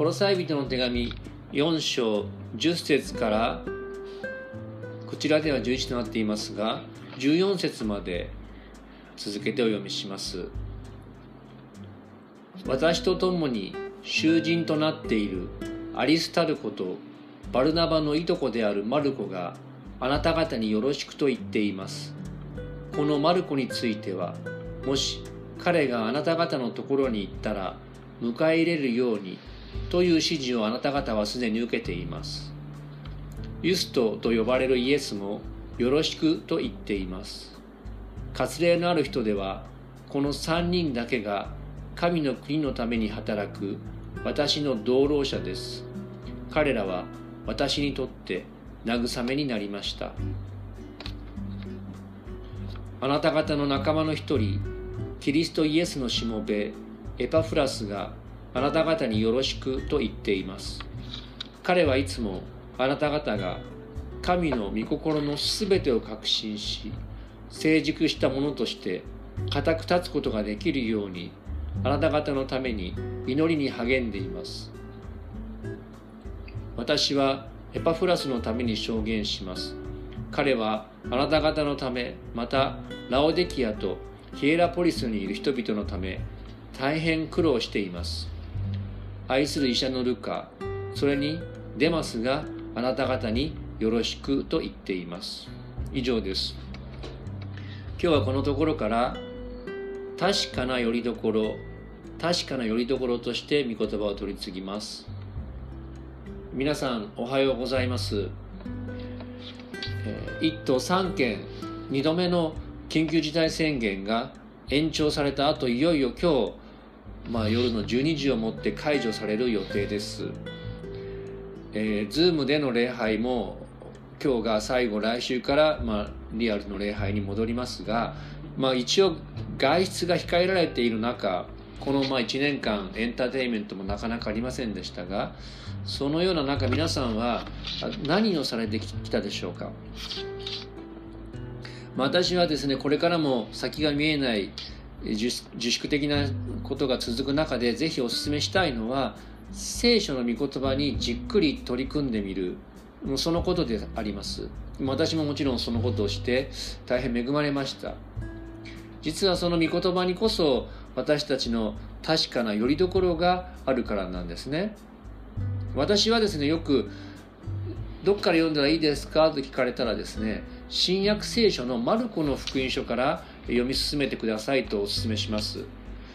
コロサイ人の手紙4章10節からこちらでは11となっていますが14節まで続けてお読みします。私と共に囚人となっているアリスタルコとバルナバのいとこであるマルコがあなた方によろしくと言っています。このマルコについてはもし彼があなた方のところに行ったら迎え入れるようにという指示をあなた方はすでに受けています。ユストと呼ばれるイエスもよろしくと言っています。割礼のある人ではこの3人だけが神の国のために働く私の同労者です。彼らは私にとって慰めになりました。あなた方の仲間の一人、キリストイエスのしもべエパフラスがあなた方によろしくと言っています。彼はいつもあなた方が神の御心のすべてを確信し、成熟したものとして固く立つことができるように、あなた方のために祈りに励んでいます。私はエパフラスのために証言します。彼はあなた方のため、またラオデキアとヒエラポリスにいる人々のため、大変苦労しています。愛する医者のルカ、それにデマスがあなた方によろしくと言っています。以上です。今日はこのところから確かな拠り所として御言葉を取り次ぎます。皆さんおはようございます。1都3県2度目の緊急事態宣言が延長された後、いよいよ今日、夜の12時をもって解除される予定です。Zoom での礼拝も今日が最後、来週から、リアルの礼拝に戻りますが、一応外出が控えられている中、この1年間エンターテインメントもなかなかありませんでしたが、そのような中、皆さんは何をされてきたでしょうか。私はですね、これからも先が見えない自粛的なことが続く中で、ぜひお勧めしたいのは、聖書の御言葉にじっくり取り組んでみる、そのことであります。私ももちろんそのことをして大変恵まれました。実はその御言葉にこそ私たちの確かな拠り所があるからなんですね。私はですね、よくどっから読んだらいいですかと聞かれたらですね、新約聖書のマルコの福音書から読み進めてくださいとお勧めします。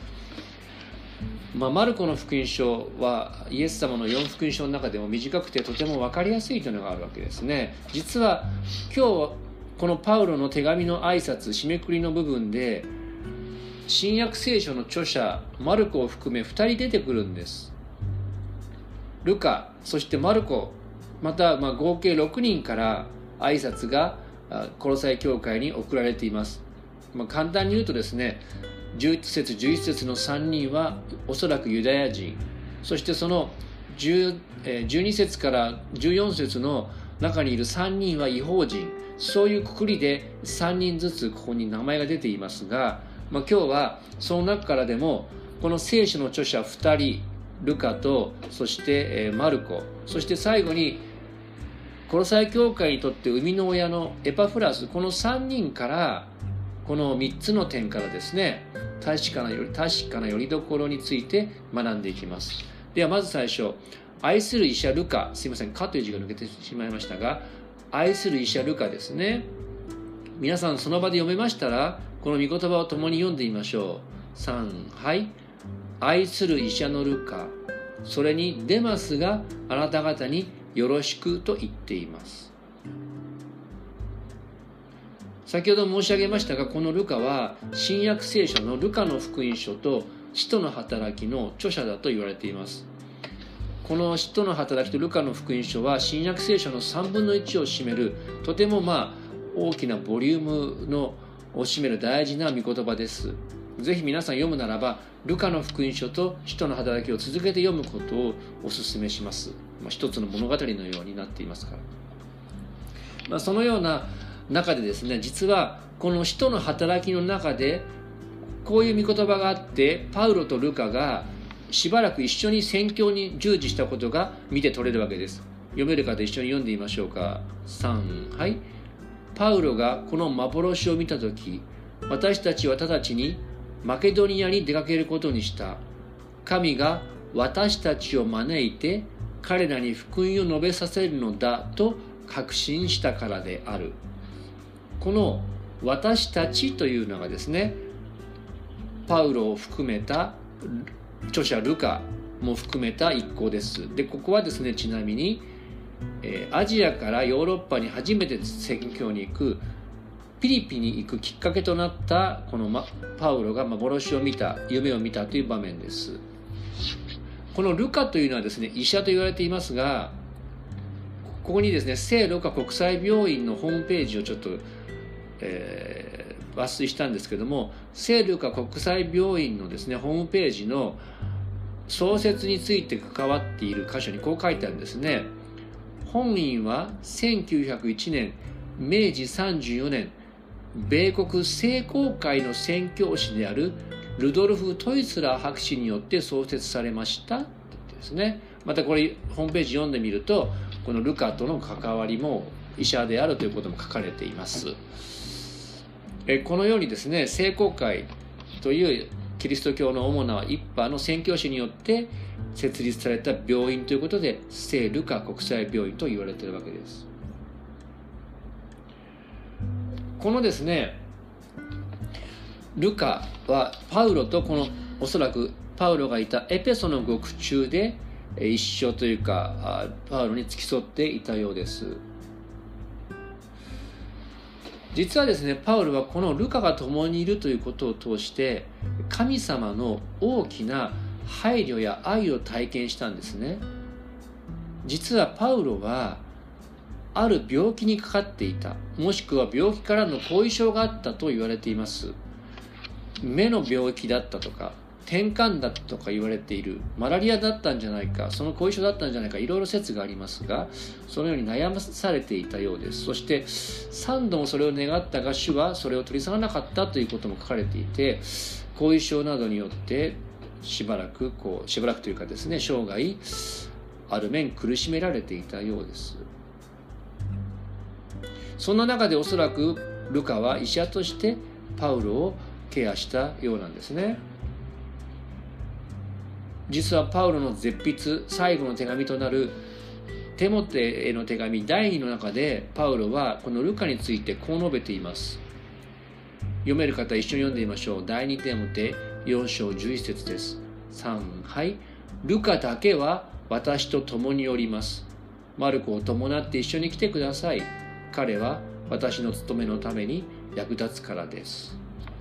マルコの福音書はイエス様の4福音書の中でも短くてとても分かりやすいというのがあるわけですね。実は今日このパウロの手紙の挨拶締めくりの部分で、新約聖書の著者マルコを含め2人出てくるんです。ルカ、そしてマルコ、また合計6人から挨拶がコロサイ教会に送られています。簡単に言うとですね、11節11節の3人はおそらくユダヤ人、そしてその12節から14節の中にいる3人は異邦人、そういうくくりで3人ずつここに名前が出ていますが、今日はその中からでもこの聖書の著者2人、ルカとそしてマルコ、そして最後にコロサイ教会にとって生みの親のエパフラス、この3人からこの3つの点からですね、確かな拠り所について学んでいきます。ではまず最初、愛する医者ルカ、すいません、かという字が抜けてしまいましたが、愛する医者ルカですね。皆さんその場で読めましたら、この御言葉を共に読んでみましょう。3、はい。愛する医者のルカ、それにデマスがあなた方によろしくと言っています。先ほど申し上げましたが、このルカは新約聖書のルカの福音書と使徒の働きの著者だと言われています。この使徒の働きとルカの福音書は新約聖書の3分の1を占める、とても大きなボリュームを占める大事な御言葉です。ぜひ皆さん読むならば、ルカの福音書と使徒の働きを続けて読むことをお勧めします。一つの物語のようになっていますから。そのような中でですね、実はこの使徒の働きの中でこういう御言葉があって、パウロとルカがしばらく一緒に宣教に従事したことが見て取れるわけです。読める方一緒に読んでみましょうか。3、はい。パウロがこの幻を見たとき、私たちは直ちにマケドニアに出かけることにした。神が私たちを招いて彼らに福音を述べさせるのだと確信したからである。この私たちというのがですね、パウロを含めた著者ルカも含めた一行です。で、ここはですね、ちなみにアジアからヨーロッパに初めて宣教に行くピリピに行くきっかけとなったこのパウロが幻を見た、夢を見たという場面です。このルカというのはですね、医者と言われていますが、ここにですね、聖ルカ国際病院のホームページをちょっと、抜粋したんですけども、聖ルカ国際病院のですね、ホームページの創設について関わっている箇所にこう書いてあるんですね。本院は1901年、明治34年、米国聖公会の宣教師であるルドルフ・トイスラー博士によって創設されましたって言ってですね。またこれホームページ読んでみると、このルカとの関わりも医者であるということも書かれています。このようにですね、聖公会というキリスト教の主な一派の宣教師によって設立された病院ということで、聖ルカ国際病院と言われているわけです。このですね、ルカはパウロとおそらくパウロがいたエペソの獄中で一緒というか、パウロに付き添っていたようです。実はですね、パウロはこのルカが共にいるということを通して神様の大きな配慮や愛を体験したんですね。実はパウロはある病気にかかっていた、もしくは病気からの後遺症があったと言われています。目の病気だったとか、転換だったとか言われている、マラリアだったんじゃないか、その後遺症だったんじゃないか、いろいろ説がありますが、そのように悩まされていたようです。そして3度もそれを願ったが主はそれを取り去らなかったということも書かれていて、後遺症などによってしばらくというかですね、生涯ある面苦しめられていたようです。そんな中でおそらくルカは医者としてパウロをケアしたようなんですね。実はパウロの絶筆、最後の手紙となるテモテへの手紙第2の中で、パウロはこのルカについてこう述べています。読める方一緒に読んでみましょう。第2テモテ4章11節です。3、はい。ルカだけは私と共におります。マルコを伴って一緒に来てください。彼は私の務めのために役立つからです。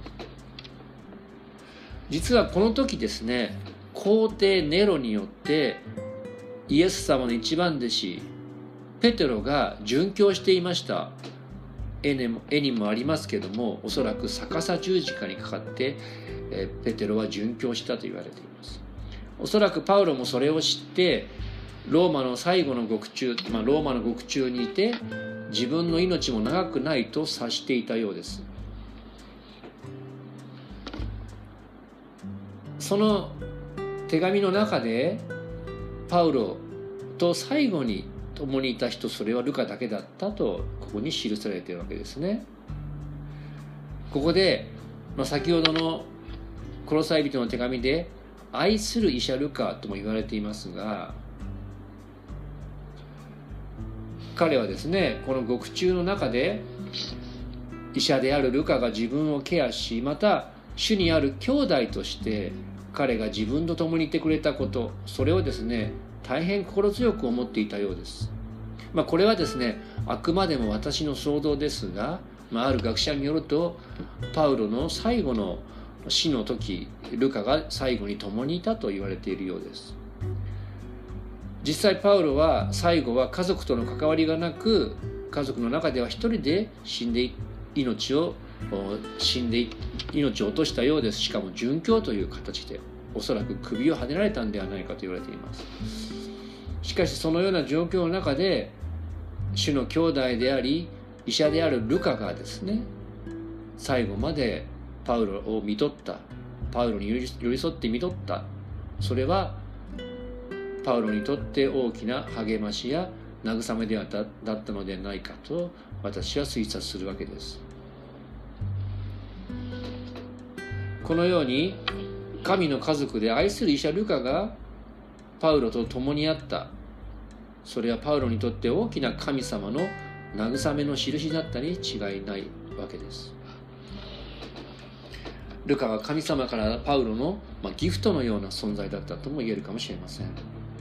実はこの時ですね、皇帝ネロによってイエス様の一番弟子ペテロが殉教していました。絵にもありますけども、おそらく逆さ十字架にかかってペテロは殉教したと言われています。おそらくパウロもそれを知ってローマの最後の獄中、ローマの獄中にいて自分の命も長くないと察していたようです。その手紙の中でパウロと最後に共にいた人、それはルカだけだったとここに記されているわけですね。ここで、先ほどのコロサイ人の手紙で愛する医者ルカとも言われていますが、彼はですね、この獄中の中で医者であるルカが自分をケアし、また主にある兄弟として彼が自分と共にいてくれたこと、それをですね、大変心強く思っていたようです。これはですね、あくまでも私の想像ですが、ある学者によると、パウロの最後の死の時、ルカが最後に共にいたと言われているようです。実際パウロは最後は家族との関わりがなく、家族の中では一人で命を落としたようです。しかも殉教という形で、おそらく首をはねられたんではないかと言われています。しかしそのような状況の中で、主の兄弟であり医者であるルカがですね、最後までパウロを看取った、パウロに寄り添って看取った、 それはパウロにとって大きな励ましや慰めだったのではないかと私は推察するわけです。このように神の家族で愛する医者ルカがパウロと共にあった、それはパウロにとって大きな神様の慰めの印だったに違いないわけです。ルカは神様からパウロのギフトのような存在だったとも言えるかもしれません。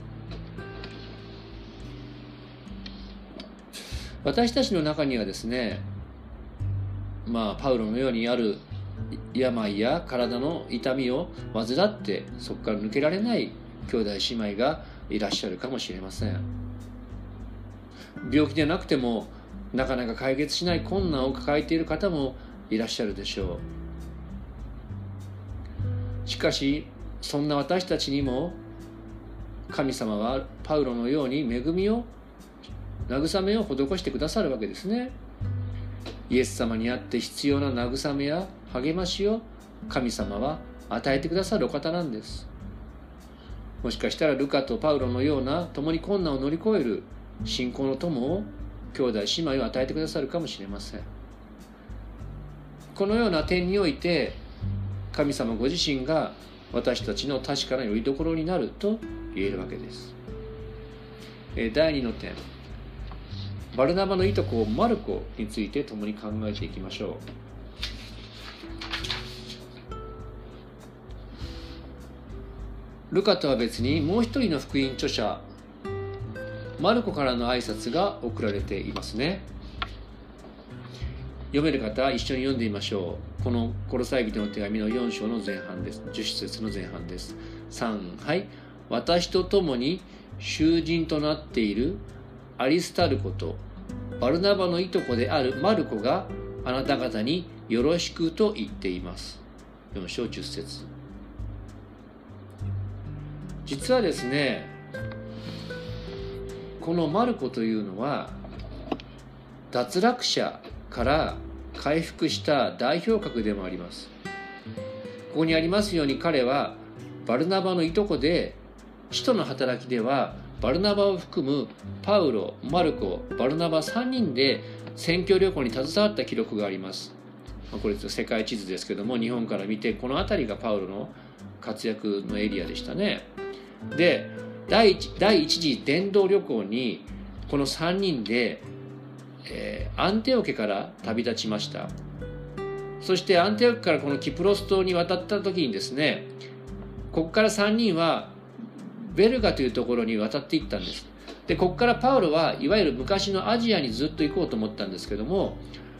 私たちの中にはですね、パウロのようにある病や体の痛みを患ってそこから抜けられない兄弟姉妹がいらっしゃるかもしれません。病気でなくてもなかなか解決しない困難を抱えている方もいらっしゃるでしょう。しかしそんな私たちにも神様はパウロのように恵みを慰めを施してくださるわけですね。イエス様にあって必要な慰めや励ましを神様は与えてくださるお方なんです。もしかしたらルカとパウロのような共に困難を乗り越える信仰の友を兄弟姉妹を与えてくださるかもしれません。このような点において神様ご自身が私たちの確かな拠り所になると言えるわけです。第2の点、バルナバのいとこマルコについて共に考えていきましょう。ルカとは別にもう一人の福音著者マルコからの挨拶が送られていますね。読める方一緒に読んでみましょう。このコロサイ人の手紙の4章の前半です。10節の前半です。3、はい。私と共に囚人となっているアリスタルコとバルナバのいとこであるマルコがあなた方によろしくと言っています。4章10節。実はですね、このマルコというのは脱落者から回復した代表格でもあります。ここにありますように彼はバルナバのいとこで、使徒の働きではバルナバを含むパウロ、マルコ、バルナバ3人で宣教旅行に携わった記録があります。これ世界地図ですけども、日本から見てこの辺りがパウロの活躍のエリアでしたね。で、第一次伝道旅行にこの3人で、アンテオケから旅立ちました。そしてアンテオケからこのキプロス島に渡った時にですね、ここから3人はベルガというところに渡っていったんです。で、ここからパウロはいわゆる昔のアジアにずっと行こうと思ったんですけども、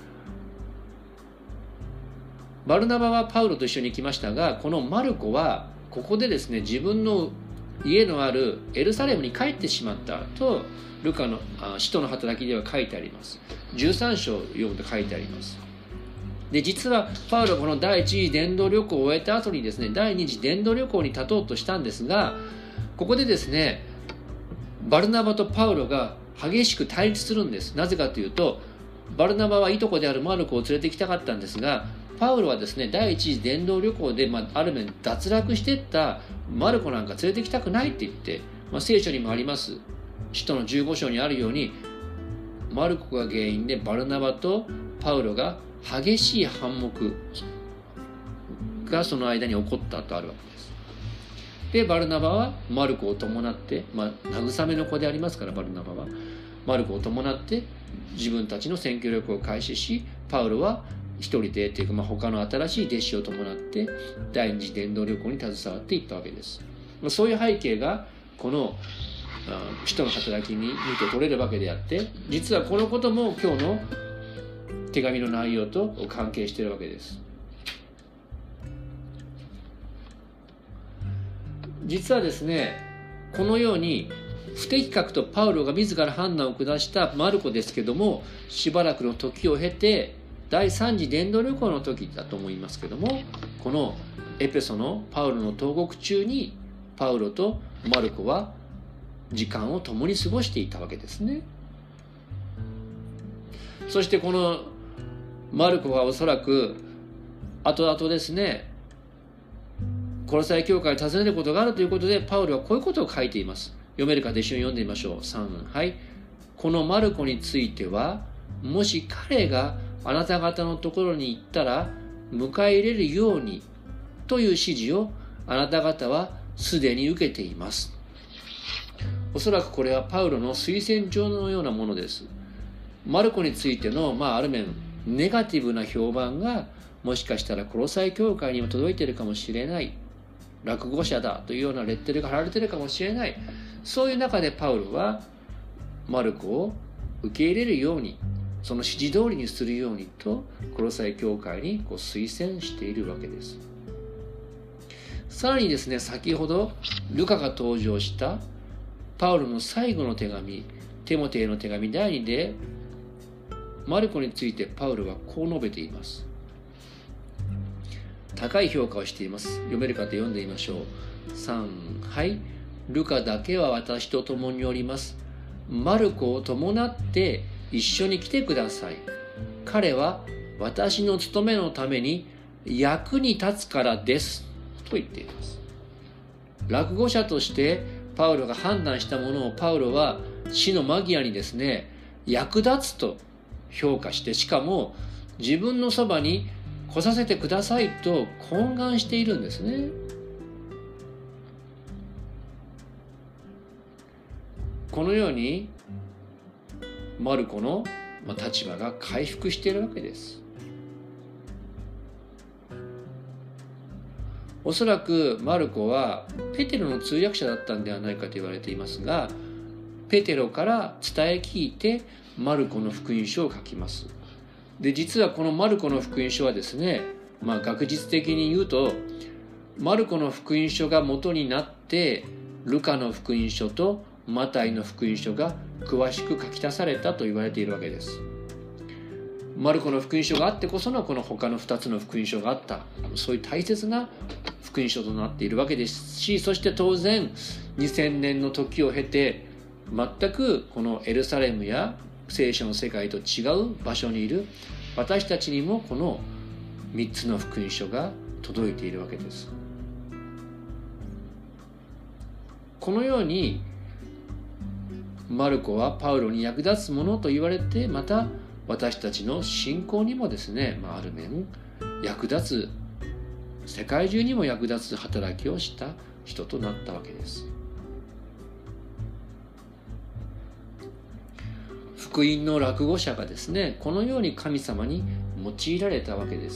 バルナバはパウロと一緒に行きましたが、このマルコはここでですね、自分の家のあるエルサレムに帰ってしまったとルカの使徒の働きでは書いてあります。13章を読むと書いてあります。で、実はパウロはこの第一次伝道旅行を終えた後にですね、第二次伝道旅行に立とうとしたんですが、ここでですね、バルナバとパウロが激しく対立するんです。なぜかというと、バルナバはいとこであるマルコを連れてきたかったんですが、パウロはですね、第一次伝道旅行で、ある面脱落していったマルコなんか連れてきたくないって言って、聖書にもあります。使徒の15章にあるように、マルコが原因でバルナバとパウロが激しい反目がその間に起こったとあるわけです。で、バルナバはマルコを伴って、慰めの子でありますから、バルナバはマルコを伴って自分たちの宣教旅行を開始し、パウロは一人でというか、他の新しい弟子を伴って第二次伝道旅行に携わっていったわけです。そういう背景がこの使徒の働きに見て取れるわけであって、実はこのことも今日の手紙の内容と関係しているわけです。実はですね、このように不適格とパウロが自ら判断を下したマルコですけども、しばらくの時を経て第3次伝道旅行の時だと思いますけども、このエペソのパウロの投獄中にパウロとマルコは時間を共に過ごしていたわけですね。そしてこのマルコがおそらく後々ですね、 コロサイ教会を訪ねることがあるということで、パウロはこういうことを書いています。読める方一緒に読んでみましょう。3、はい。このマルコについては、もし彼があなた方のところに行ったら迎え入れるようにという指示をあなた方はすでに受けています。おそらくこれはパウロの推薦状のようなものです。マルコについての、ある面ネガティブな評判がもしかしたらコロサイ教会にも届いているかもしれない。落語者だというようなレッテルが貼られているかもしれない。そういう中でパウロはマルコを受け入れるように、その指示通りにするようにとコロサイ教会に推薦しているわけです。さらにですね、先ほどルカが登場したパウロの最後の手紙、テモテへの手紙第2でマルコについてパウロはこう述べています。高い評価をしています。読める方読んでみましょう。3、はい。ルカだけは私と共におります。マルコを伴って一緒に来てください。彼は私の務めのために役に立つからです。と言っています。落語者としてパウロが判断したものをパウロは死の間際にですね、役立つと評価して、しかも自分のそばに来させてくださいと懇願しているんですね。このようにマルコの立場が回復しているわけです。おそらくマルコはペテロの通訳者だったんではないかと言われていますが、ペテロから伝え聞いてマルコの福音書を書きます。で、実はこのマルコの福音書はですね、学術的に言うとマルコの福音書が元になってルカの福音書とマタイの福音書が詳しく書き足されたと言われているわけです。マルコの福音書があってこそのこの他の2つの福音書があった、そういう大切な福音書となっているわけですし、そして当然2000年の時を経て全くこのエルサレムや聖書の世界と違う場所にいる私たちにもこの3つの福音書が届いているわけです。このようにマルコはパウロに役立つものと言われて、また私たちの信仰にもですね、ある面役立つ、世界中にも役立つ働きをした人となったわけです。福音の落語者がですね、このように神様に用いられたわけです。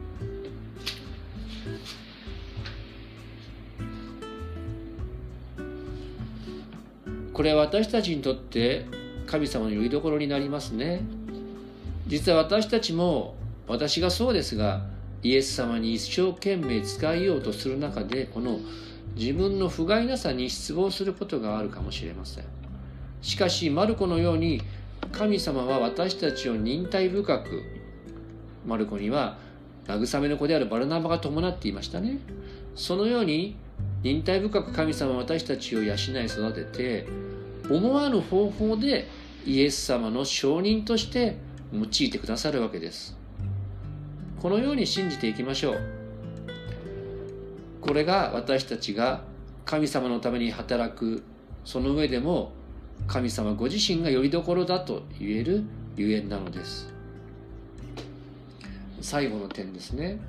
これは私たちにとって神様のよりどころになりますね。実は私たちも、私がそうですが、イエス様に一生懸命仕えようとする中で、この自分の不甲斐なさに失望することがあるかもしれません。しかしマルコのように神様は私たちを忍耐深く、マルコには慰めの子であるバルナバが伴っていましたね。そのように忍耐深く神様は私たちを養い育てて、思わぬ方法でイエス様の証人として用いてくださるわけです。このように信じていきましょう。これが私たちが神様のために働く、その上でも神様ご自身がよりどころだと言えるゆえんなのです。最後の点ですね。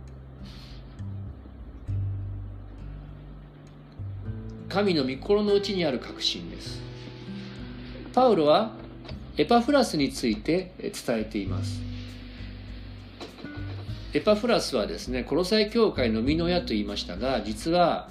神の御心のうちにある確信です。パウロはエパフラスについて伝えています。エパフラスはですね、コロサイ教会の生みの親と言いましたが、実は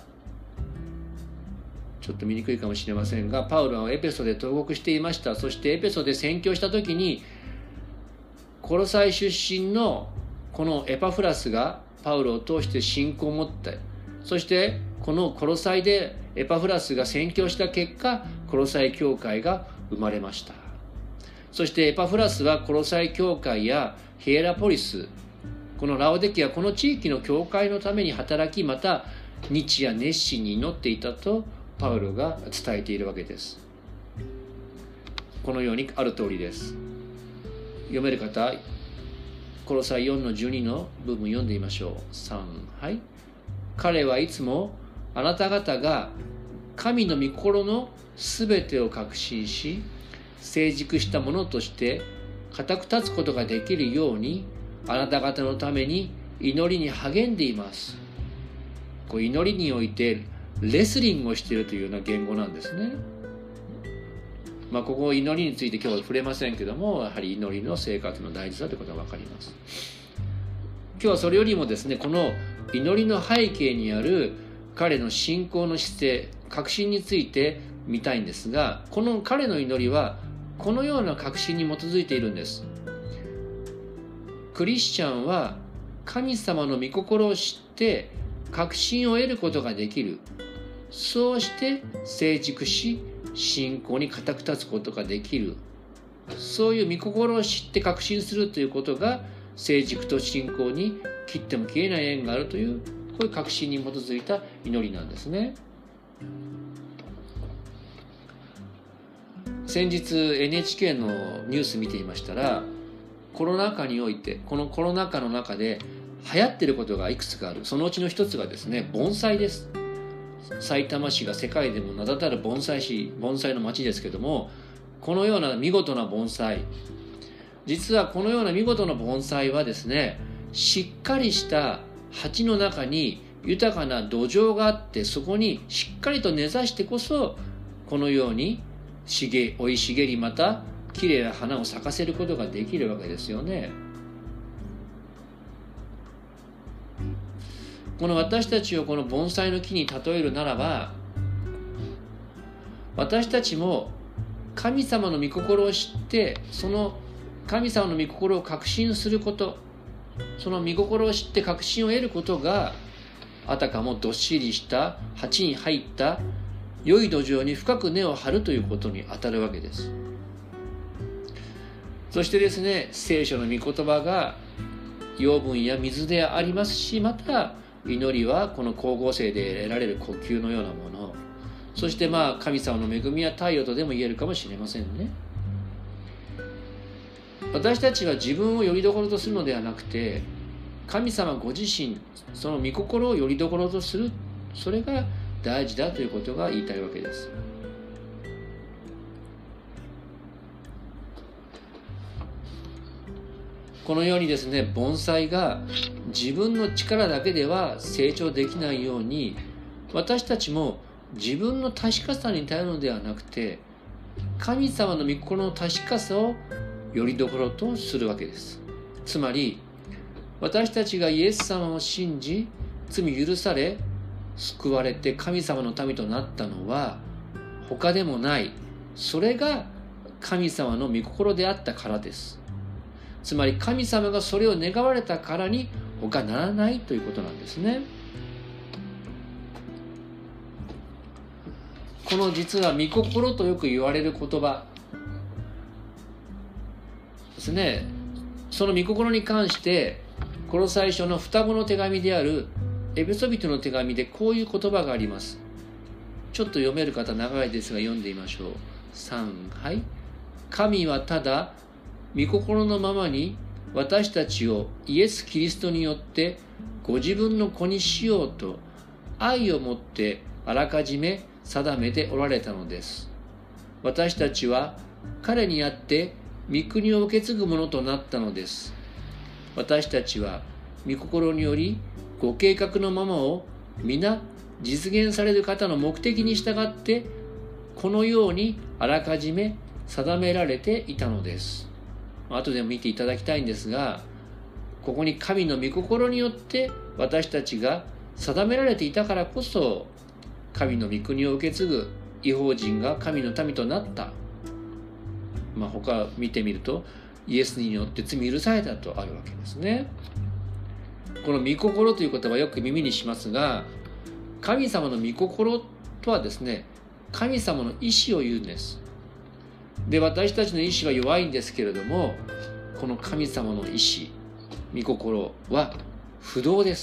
ちょっと見にくいかもしれませんが、パウロはエペソで投獄していました。そしてエペソで宣教した時に、コロサイ出身のこのエパフラスがパウロを通して信仰を持って、そしてこのコロサイでエパフラスが宣教した結果、コロサイ教会が生まれました。そしてエパフラスはコロサイ教会やヒエラポリス、このラオデキア、この地域の教会のために働き、また日夜熱心に祈っていたとパウロが伝えているわけです。このようにある通りです。読める方、コロサイ4の12の部分読んでみましょう。3、はい。 彼はいつもあなた方が神の御心のすべてを確信し、成熟したものとして固く立つことができるように、あなた方のために祈りに励んでいます。こう祈りにおいてレスリングをしているというような言語なんですね。ここ祈りについて今日は触れませんけども、やはり祈りの生活の大事さということが分かります。今日はそれよりもですね、この祈りの背景にある彼の信仰の姿勢、確信について見たいんですが、この彼の祈りはこのような確信に基づいているんです。クリスチャンは神様の御心を知って確信を得ることができる。そうして成熟し、信仰に固く立つことができる。そういう御心を知って確信するということが、成熟と信仰に切っても切れない縁があるという、こういう確信に基づいた祈りなんですね。先日 NHK のニュース見ていましたら、コロナ禍において、このコロナ禍の中で流行っていることがいくつかある。そのうちの一つがですね、盆栽です。さいたま市が世界でも名だたる盆栽の町ですけども、このような見事な盆栽、実はこのような見事な盆栽はですね、しっかりした鉢の中に豊かな土壌があって、そこにしっかりと根ざしてこそ、このように生い茂り、またきれいな花を咲かせることができるわけですよね。この私たちをこの盆栽の木に例えるならば、私たちも神様の御心を知って、その神様の御心を確信すること、その御心を知って確信を得ることが、あたかもどっしりした鉢に入った良い土壌に深く根を張るということに当たるわけです。そしてですね、聖書の御言葉が養分や水でありますし、また祈りはこの光合成で得られる呼吸のようなもの、そして神様の恵みや太陽とでも言えるかもしれませんね。私たちは自分をよりどころとするのではなくて、神様ご自身、その御心をよりどころとする、それが大事だということが言いたいわけです。このようにですね、盆栽が自分の力だけでは成長できないように、私たちも自分の確かさに頼るのではなくて、神様の御心の確かさをよりどころとするわけです。つまり、私たちがイエス様を信じ、罪許され、救われて神様の民となったのは他でもない、それが神様の御心であったからです。つまり神様がそれを願われたからに他ならないということなんですね。この実は御心とよく言われる言葉ですね。その御心に関してコロサイ書の双子の手紙であるエペソビトの手紙でこういう言葉があります。ちょっと読める方長いですが読んでみましょう。3、はい。神はただ御心のままに私たちをイエス・キリストによってご自分の子にしようと愛をもってあらかじめ定めておられたのです。私たちは彼にあって御国を受け継ぐものとなったのです。私たちは御心によりご計画のままを皆実現される方の目的に従ってこのようにあらかじめ定められていたのです。後でも見ていただきたいんですが、ここに神の御心によって私たちが定められていたからこそ、神の御国を受け継ぐ異邦人が神の民となった。他見てみるとイエスによって罪許されたとあるわけですね。この御心という言葉はよく耳にしますが、神様の御心とはですね、神様の意志を言うんです。で、私たちの意志は弱いんですけれども、この神様の意志、御心は不動です。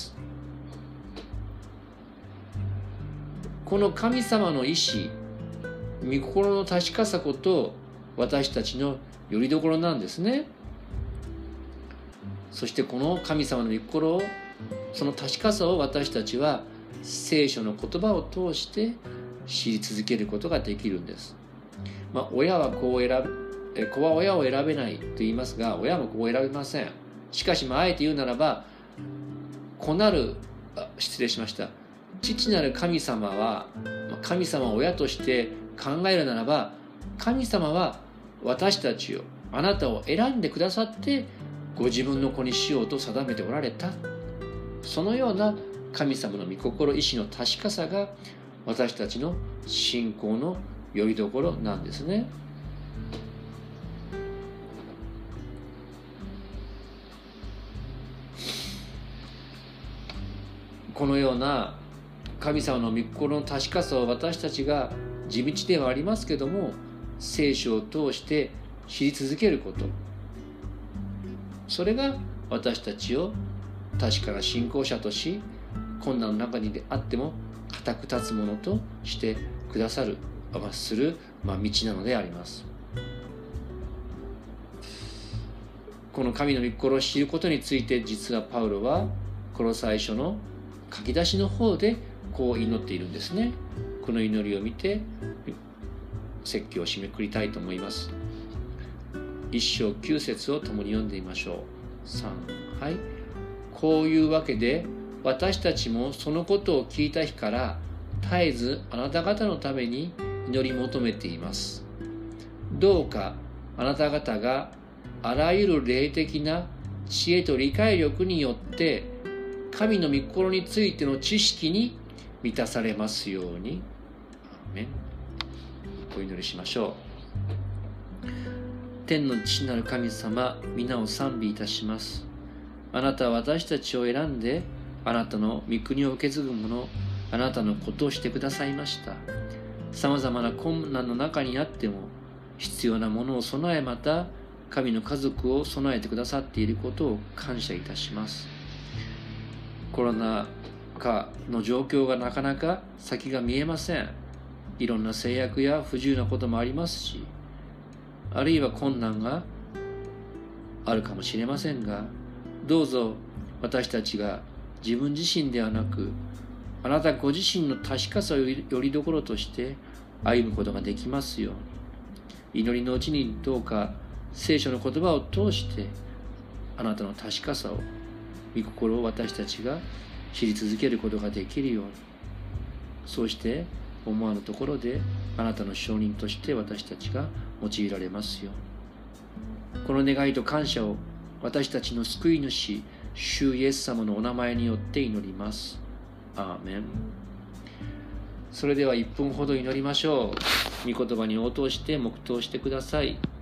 この神様の意志、御心の確かさこと私たちの拠り所なんですね。そしてこの神様の御心を、その確かさを私たちは聖書の言葉を通して知り続けることができるんです。親は子は親を選べないと言いますが、親も子を選べません。しかしあえて言うならば、父なる神様は、神様を親として考えるならば、神様は私たちを、あなたを選んでくださってご自分の子にしようと定めておられた。そのような神様の御心意志の確かさが私たちの信仰のよりどころなんですね。このような神様の御心の確かさを私たちが地道ではありますけども、聖書を通して知り続けること、それが私たちを確かな信仰者とし、困難の中にであっても固く立つものとしてくださる道なのであります。この神の御心を知ることについて、実はパウロはコロサイ書の書き出しの方でこう祈っているんですね。この祈りを見て説教を締めくくりたいと思います。1章9節を共に読んでみましょう。3、はい。こういうわけで私たちもそのことを聞いた日から絶えずあなた方のために祈り求めています。どうかあなた方があらゆる霊的な知恵と理解力によって神の御心についての知識に満たされますように。アーメン。お祈りしましょう。天の父なる神様、皆を賛美いたします。あなたは私たちを選んで、あなたの御国を受け継ぐ者、あなたのことをしてくださいました。さまざまな困難の中にあっても、必要なものを備え、また神の家族を備えてくださっていることを感謝いたします。コロナ禍の状況がなかなか先が見えません。いろんな制約や不自由なこともありますし、あるいは困難があるかもしれませんが、どうぞ私たちが自分自身ではなく、あなたご自身の確かさをよりどころとして歩むことができますように。祈りのうちにどうか聖書の言葉を通してあなたの確かさを、御心を私たちが知り続けることができるように、そうして思わぬところであなたの証人として私たちが用いられますように。この願いと感謝を私たちの救い主、主イエス様のお名前によって祈ります。アーメン。それでは1分ほど祈りましょう。御言葉に応答して黙祷してください。